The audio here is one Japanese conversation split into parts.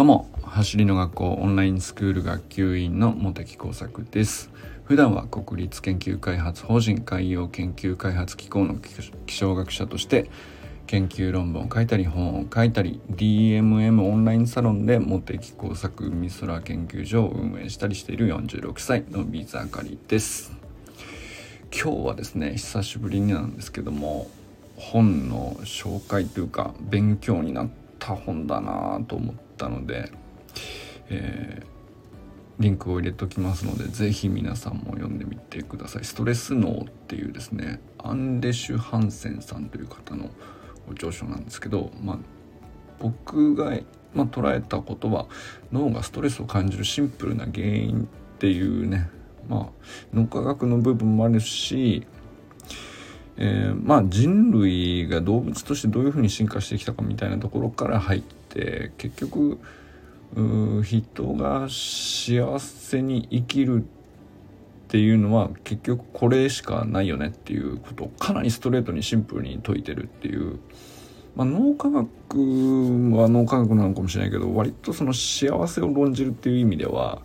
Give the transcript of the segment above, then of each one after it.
どうも、走りの学校オンラインスクール学級委員の茂木耕作です。普段は国立研究開発法人海洋研究開発機構の気象学者として研究論文を書いたり本を書いたり DMM オンラインサロンで茂木耕作海空研究所を運営したりしている46歳のビーズあかりです。今日はですね、久しぶりになんですけども、本の紹介というか勉強になった本だなと思ったので、リンクを入れておきますので、ぜひ皆さんも読んでみてください。ストレス脳っていうですね、アンデシュ・ハンセンさんという方の著書なんですけど、僕が、捉えたことは、脳がストレスを感じるシンプルな原因っていうね、脳科学の部分もあるし、人類が動物としてどういうふうに進化してきたかみたいなところから入って、結局人が幸せに生きるっていうのは結局これしかないよねっていうことをかなりストレートにシンプルに説いてるっていう、脳科学は脳科学なのかもしれないけど、割とその幸せを論じるっていう意味では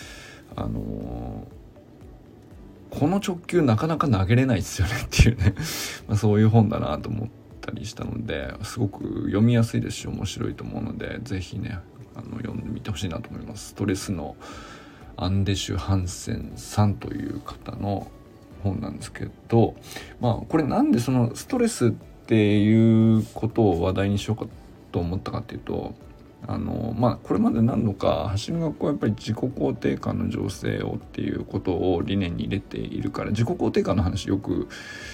この直球なかなか投げれないですよねっていうねそういう本だなと思ったりしたので、すごく読みやすいですし面白いと思うので、ぜひね読んでみてほしいなと思います。ストレスのアンデシュ・ハンセンさんという方の本なんですけど、これなんでそのストレスっていうことを話題にしようかと思ったかっていうと、これまで何度か走る学校はやっぱり自己肯定感の醸成をっていうことを理念に入れているから、自己肯定感の話よく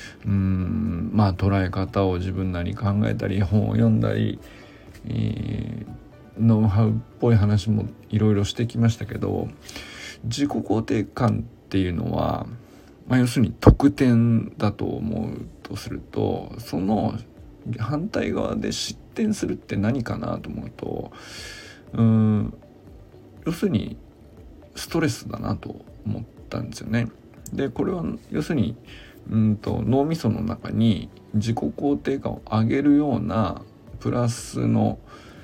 捉え方を自分なり考えたり本を読んだり、ノウハウっぽい話もいろいろしてきましたけど、自己肯定感っていうのは、要するに得点だと思うとすると、その反対側で失点するって何かなと思うと、要するにストレスだなと思ったんですよね。でこれは要するに脳みその中に自己肯定感を上げるようなプラスの、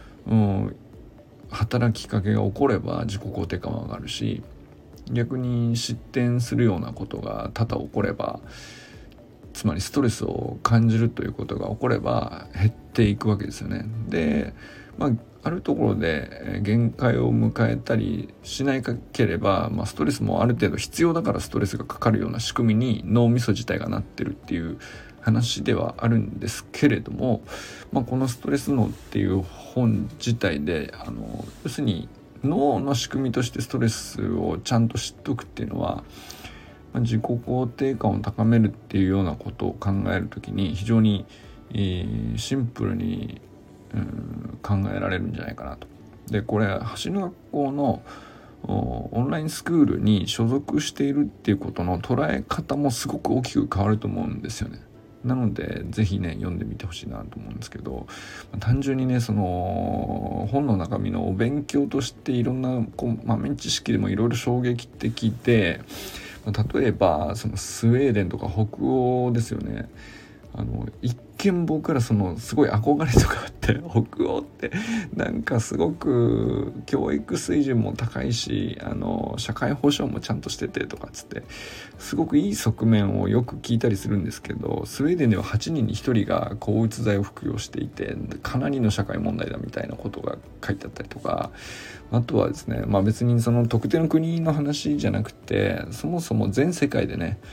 働きかけが起これば自己肯定感は上がるし、逆に失点するようなことが多々起これば、つまりストレスを感じるということが起これば減っていくわけですよね。で、あるところで限界を迎えたりしないければ、ストレスもある程度必要だからストレスがかかるような仕組みに脳みそ自体がなってるっていう話ではあるんですけれども、このストレス脳っていう本自体で要するに脳の仕組みとしてストレスをちゃんと知っておくっていうのは、自己肯定感を高めるっていうようなことを考えるときに非常に、シンプルに、考えられるんじゃないかなと。でこれ走る学校のオンラインスクールに所属しているっていうことの捉え方もすごく大きく変わると思うんですよね。なのでぜひね読んでみてほしいなと思うんですけど、単純にねその本の中身のお勉強としていろんな豆知識でもいろいろ衝撃的で、例えばそのスウェーデンとか北欧ですよね。一見僕らすごい憧れとかあって、北欧ってなんかすごく教育水準も高いし、社会保障もちゃんとしててとかつってすごくいい側面をよく聞いたりするんですけど、スウェーデンでは8人に1人が抗うつ剤を服用していて、かなりの社会問題だみたいなことが書いてあったりとか、あとはですね、別にその特定の国の話じゃなくて、そもそも全世界でね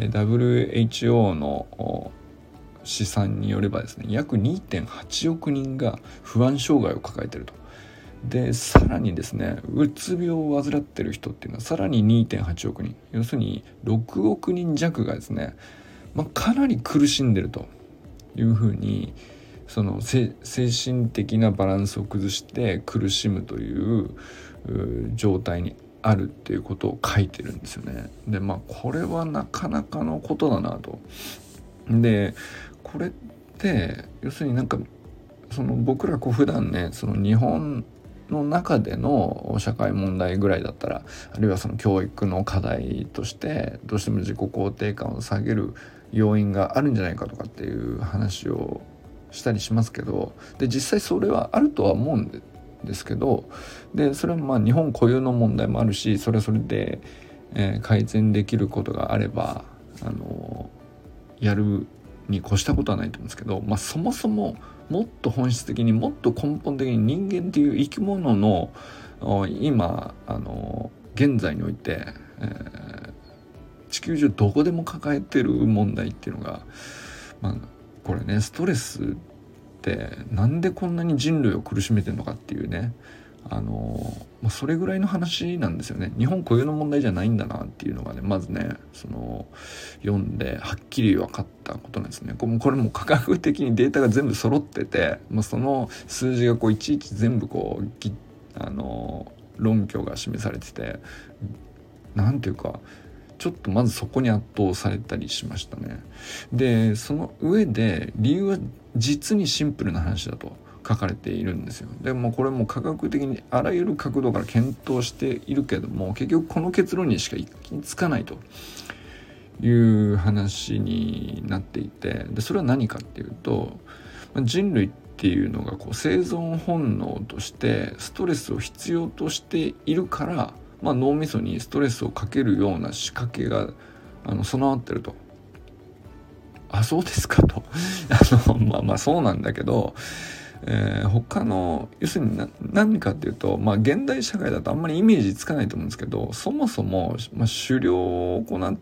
WHO の試算によればですね、約 2.8 億人が不安障害を抱えていると。でさらにですね、うつ病を患っている人っていうのはさらに 2.8 億人、要するに6億人弱がですね、かなり苦しんでるというふうに、その精神的なバランスを崩して苦しむという状態にあるっていうことを書いてるんですよね。でこれはなかなかのことだなと。でこれって要するにその僕ら普段ね、その日本の中での社会問題ぐらいだったら、あるいはその教育の課題としてどうしても自己肯定感を下げる要因があるんじゃないかとかっていう話をしたりしますけど、で実際それはあるとは思うんですけど、でそれはまあ日本固有の問題もあるし、それはそれで、改善できることがあればやるに越したことはないと思うんですけど、まあ、そもそももっと本質的にもっと根本的に人間っていう生き物の今現在において、地球上どこでも抱えてる問題っていうのが、まあ、これね、ストレスってなんでこんなに人類を苦しめてるのかっていうね、それぐらいの話なんですよね。日本固有の問題じゃないんだなっていうのがね、まずね読んではっきり分かったことなんですね。これも科学的にデータが全部揃ってて、その数字がいちいち全部論拠が示されてて、なんていうかちょっとまずそこに圧倒されたりしましたね。でその上で理由は実にシンプルな話だと書かれているんですよ。でもこれも科学的にあらゆる角度から検討しているけども、結局この結論にしか行き着かないという話になっていて、でそれは何かっていうと、人類っていうのが生存本能としてストレスを必要としているから、脳みそにストレスをかけるような仕掛けが備わってると。そうですかとそうなんだけど、他の要するに何かっていうと、現代社会だとあんまりイメージつかないと思うんですけど、そもそも、狩猟を行って、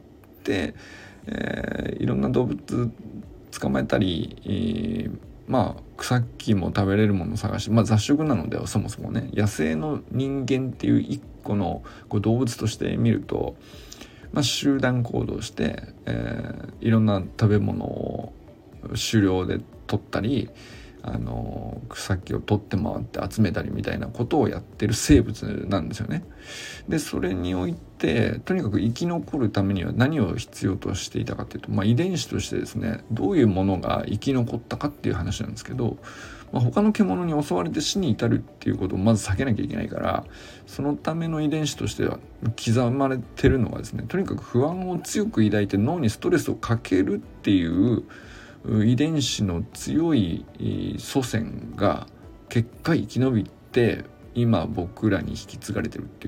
いろんな動物捕まえたり、草木も食べれるものを探し、雑食なのでそもそもね、野生の人間っていう一個の動物として見ると、集団行動して、いろんな食べ物を狩猟で取ったり、草木を取って回って集めたりみたいなことをやってる生物なんですよね。でそれにおいてとにかく生き残るためには何を必要としていたかというと、遺伝子としてですね、どういうものが生き残ったかっていう話なんですけど、他の獣に襲われて死に至るっていうことをまず避けなきゃいけないから、そのための遺伝子としては刻まれてるのがですね、とにかく不安を強く抱いて脳にストレスをかけるっていう遺伝子の強い祖先が結果生き延びて今僕らに引き継がれてるっていう、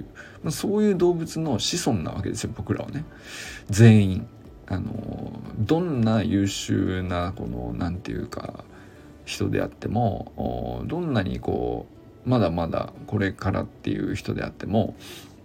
そういう動物の子孫なわけですよ、僕らはね。全員どんな優秀ななんていうか人であっても、どんなにまだまだこれからっていう人であっても、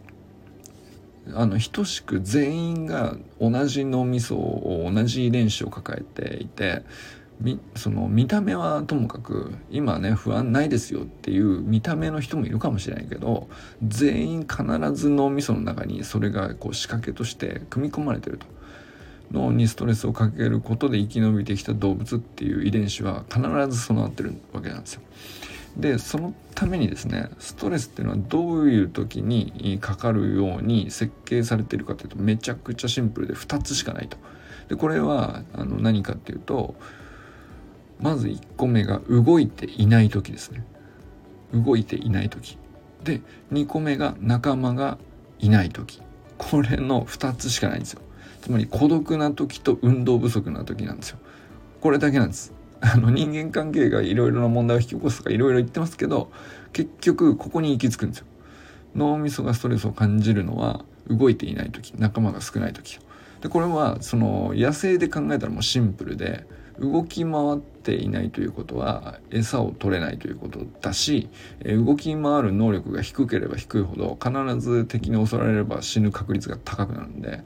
等しく全員が同じ脳みそを同じ遺伝子を抱えていて、その見た目はともかく今ね不安ないですよっていう見た目の人もいるかもしれないけど、全員必ず脳みその中にそれが仕掛けとして組み込まれてると。脳にストレスをかけることで生き延びてきた動物っていう遺伝子は必ず備わってるわけなんですよ。でそのためにですね、ストレスっていうのはどういう時にかかるように設計されているかというと、めちゃくちゃシンプルで2つしかないと。でこれは何かっていうと、まず1個目が動いていない時ですね。動いていない時で、2個目が仲間がいない時。これの2つしかないんですよ。つまり孤独な時と運動不足な時なんですよ。これだけなんです。人間関係がいろいろな問題を引き起こすとかいろいろ言ってますけど、結局ここに行き着くんですよ。脳みそがストレスを感じるのは動いていない時、仲間が少ない時で、これは野生で考えたらもうシンプルで、動き回っていないということは餌を取れないということだし、動き回る能力が低ければ低いほど必ず敵に襲われれば死ぬ確率が高くなるんで、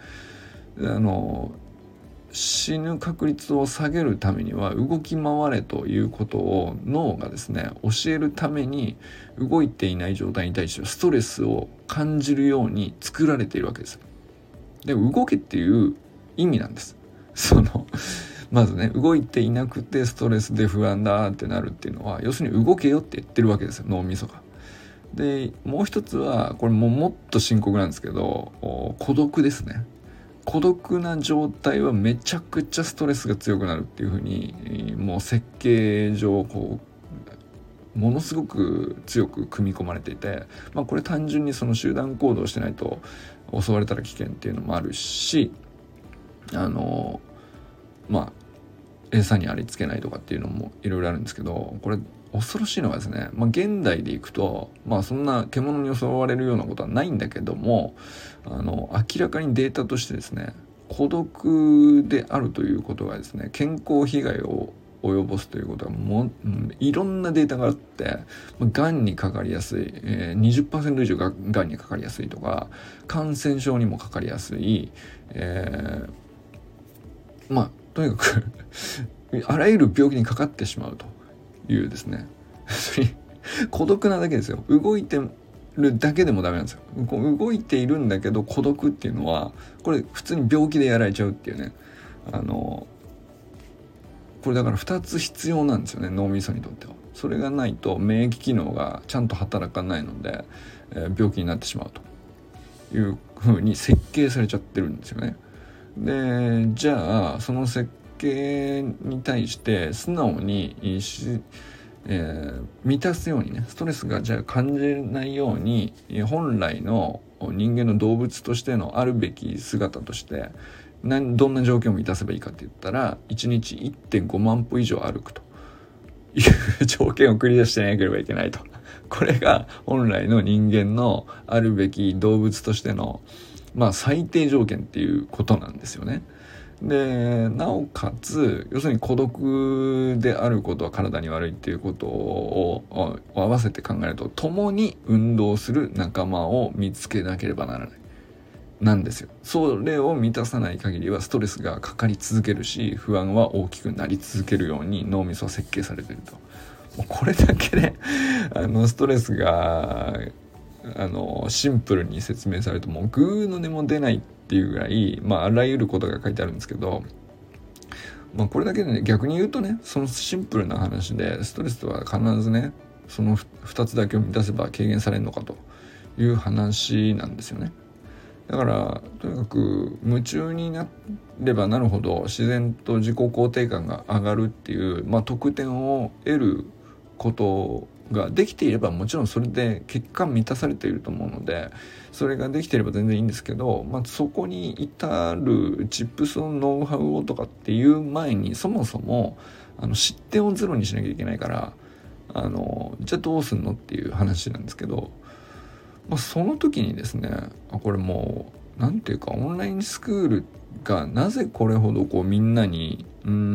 死ぬ確率を下げるためには動き回れということを脳がですね教えるために、動いていない状態に対してストレスを感じるように作られているわけです。で動けっていう意味なんです。まずね、動いていなくてストレスで不安だってなるっていうのは、要するに動けよって言ってるわけですよ、脳みそが。でもう一つはこれもっと深刻なんですけど、孤独ですね。孤独な状態はめちゃくちゃストレスが強くなるっていう風に、もう設計上ものすごく強く組み込まれていて、これ単純に集団行動してないと襲われたら危険っていうのもあるし、 餌にありつけないとかっていうのもいろいろあるんですけど、これ恐ろしいのがですね、現代でいくとそんな獣に襲われるようなことはないんだけども、明らかにデータとしてですね、孤独であるということがですね、健康被害を及ぼすということはいろんなデータがあって、がんにかかりやすい、20% 以上がんにかかりやすいとか、感染症にもかかりやすい、とにかくあらゆる病気にかかってしまうというですね孤独なだけですよ。動いてるだけでもダメなんですよ。動いているんだけど孤独っていうのは、これ普通に病気でやられちゃうっていうね、これだから2つ必要なんですよね、脳みそにとっては。それがないと免疫機能がちゃんと働かないので、病気になってしまうという風に設計されちゃってるんですよね。でじゃあその設計に対して素直に満たすようにね、ストレスがじゃあ感じないように本来の人間の動物としてのあるべき姿としてどんな条件を満たせばいいかって言ったら、1日 1.5 万歩以上歩くという条件を繰り出してなければいけないと。これが本来の人間のあるべき動物としての最低条件っていうことなんですよね。でなおかつ要するに孤独であることは体に悪いっていうことを合わせて考えると、共に運動する仲間を見つけなければならないなんですよ。それを満たさない限りはストレスがかかり続けるし、不安は大きくなり続けるように脳みそは設計されていると。もうこれだけでストレスがシンプルに説明されるともうグーの音も出ないっていうぐらい、あらゆることが書いてあるんですけど、これだけでね、逆に言うとね、そのシンプルな話でストレスとは必ずね、その2つだけを満たせば軽減されるのかという話なんですよね。だからとにかく夢中になればなるほど自然と自己肯定感が上がるっていう、得点を得ることができていれば、もちろんそれで結果満たされていると思うので、それができていれば全然いいんですけど、そこに至るチップスのノウハウをとかっていう前に、そもそも失点をゼロにしなきゃいけないから、じゃあどうすんのっていう話なんですけど、その時にですね、これもうなんていうか、オンラインスクールがなぜこれほどみんなに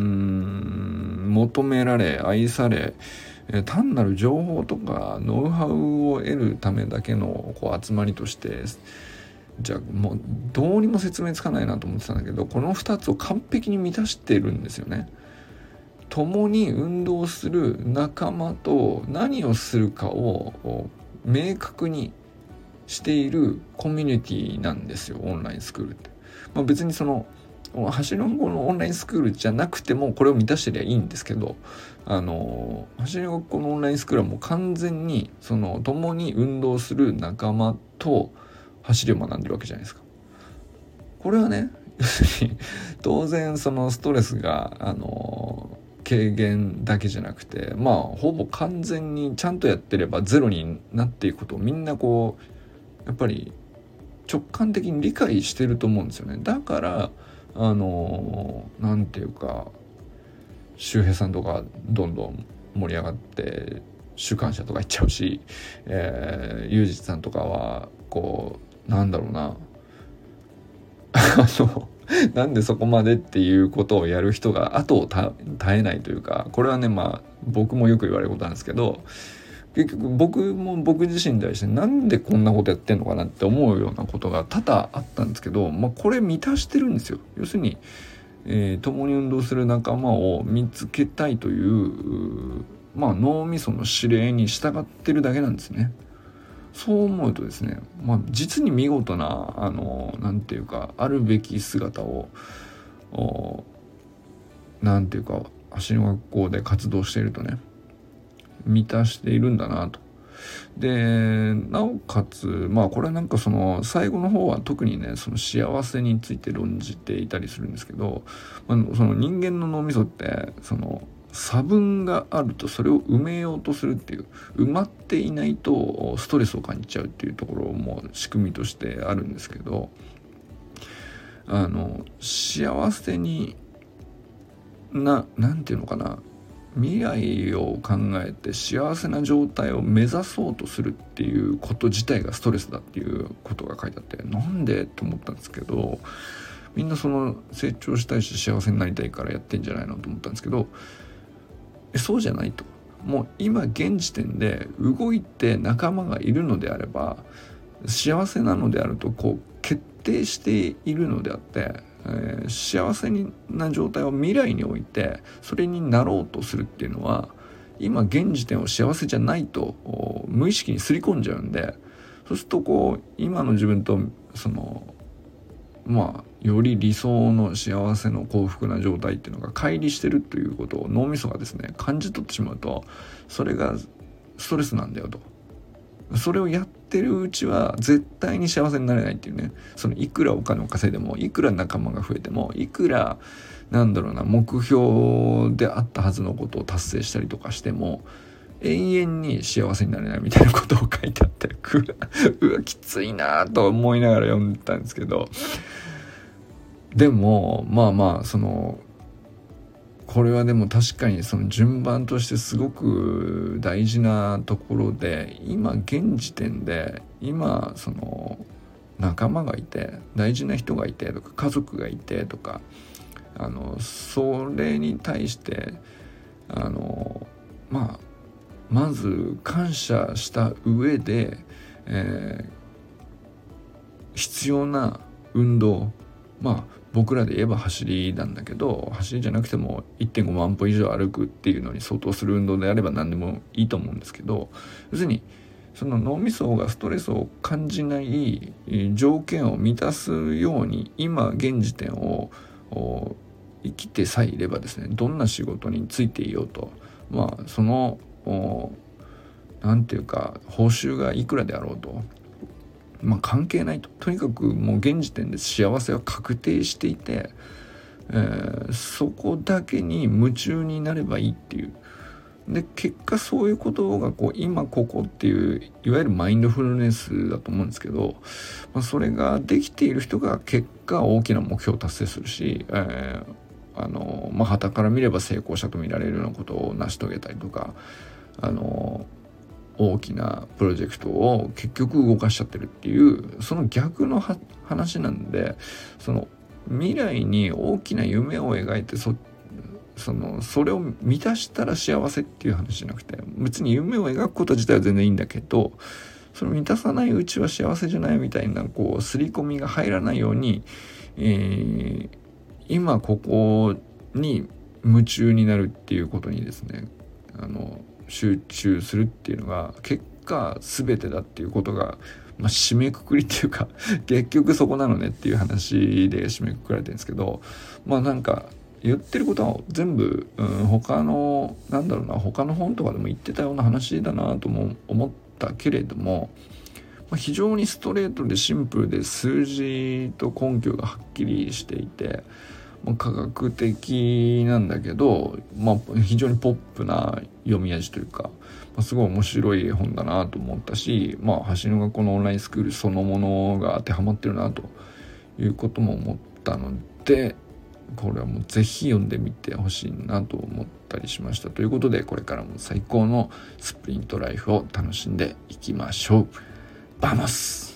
求められ愛され、単なる情報とかノウハウを得るためだけの集まりとして、じゃあもうどうにも説明つかないなと思ってたんだけど、この2つを完璧に満たしているんですよね。共に運動する仲間と何をするかを明確にしているコミュニティなんですよ、オンラインスクールって。別にその走りの学校のオンラインスクールじゃなくてもこれを満たしてりゃいいんですけど、走りの学校のオンラインスクールはもう完全にその共に運動する仲間と走りを学んでるわけじゃないですか。これはね、要するに当然そのストレスが軽減だけじゃなくて、ほぼ完全にちゃんとやってればゼロになっていくことをみんなやっぱり直感的に理解してると思うんですよね。だからなんていうか、周平さんとかどんどん盛り上がって主観者とか言っちゃうし、ゆうじさんとかはなんだろうななんでそこまでっていうことをやる人が後を絶えないというか、これはね、僕もよく言われることなんですけど、結局僕も僕自身に対してなんでこんなことやってんのかなって思うようなことが多々あったんですけど、これ満たしてるんですよ。要するに、共に運動する仲間を見つけたいという脳みその指令に従ってるだけなんですね。そう思うとですね、実に見事ななんていうか、あるべき姿をなんていうか、走りの学校で活動しているとね、満たしているんだなと。でなおかつこれはなんかその最後の方は特にね、その幸せについて論じていたりするんですけど、その人間の脳みそってその差分があるとそれを埋めようとするっていう、埋まっていないとストレスを感じちゃうっていうところも仕組みとしてあるんですけど、幸せになんていうのかな、未来を考えて幸せな状態を目指そうとするっていうこと自体がストレスだっていうことが書いてあって、なんでって思ったんですけど、みんなその成長したいし幸せになりたいからやってんじゃないのと思ったんですけど、そうじゃないと。もう今現時点で動いて仲間がいるのであれば幸せなのであると決定しているのであって、幸せな状態を未来においてそれになろうとするっていうのは今現時点を幸せじゃないと無意識に刷り込んじゃうんで、そうすると今の自分とより理想の幸せの幸福な状態っていうのが乖離してるということを脳みそがですね感じ取ってしまうと、それがストレスなんだよと。それをやってるうちは絶対に幸せになれないっていうね。いくらお金を稼いでも、いくら仲間が増えても、いくら目標であったはずのことを達成したりとかしても永遠に幸せになれないみたいなことを書いてあって、うわきついなと思いながら読んでたんですけど、でもこれはでも確かにその順番としてすごく大事なところで、今現時点で仲間がいて大事な人がいてとか家族がいてとかそれに対してまず感謝した上で、必要な運動、僕らで言えば走りなんだけど、走りじゃなくても 1.5 万歩以上歩くっていうのに相当する運動であれば何でもいいと思うんですけど、要するにその脳みそがストレスを感じない条件を満たすように今現時点を生きてさえいればですね、どんな仕事についていようとなんていうか報酬がいくらであろうと関係ないと。とにかくもう現時点で幸せは確定していて、そこだけに夢中になればいいっていう。で結果そういうことが今ここっていういわゆるマインドフルネスだと思うんですけど、それができている人が結果大きな目標を達成するし、傍から見れば成功者と見られるようなことを成し遂げたりとか大きなプロジェクトを結局動かしちゃってるっていうその逆の話なんで、その未来に大きな夢を描いてそれを満たしたら幸せっていう話じゃなくて、別に夢を描くこと自体は全然いいんだけど、それを満たさないうちは幸せじゃないみたいな刷り込みが入らないように、今ここに夢中になるっていうことにですね集中するっていうのが結果全てだっていうことが、締めくくりっていうか結局そこなのねっていう話で締めくくられてるんですけど、言ってることは全部、他の本とかでも言ってたような話だなとも思ったけれども、非常にストレートでシンプルで数字と根拠がはっきりしていて、科学的なんだけど、非常にポップな読み味というか、すごい面白い本だなと思ったし、走りの学校のオンラインスクールそのものが当てはまってるなということも思ったので、これはもうぜひ読んでみてほしいなと思ったりしました。ということでこれからも最高のスプリントライフを楽しんでいきましょう。バモス。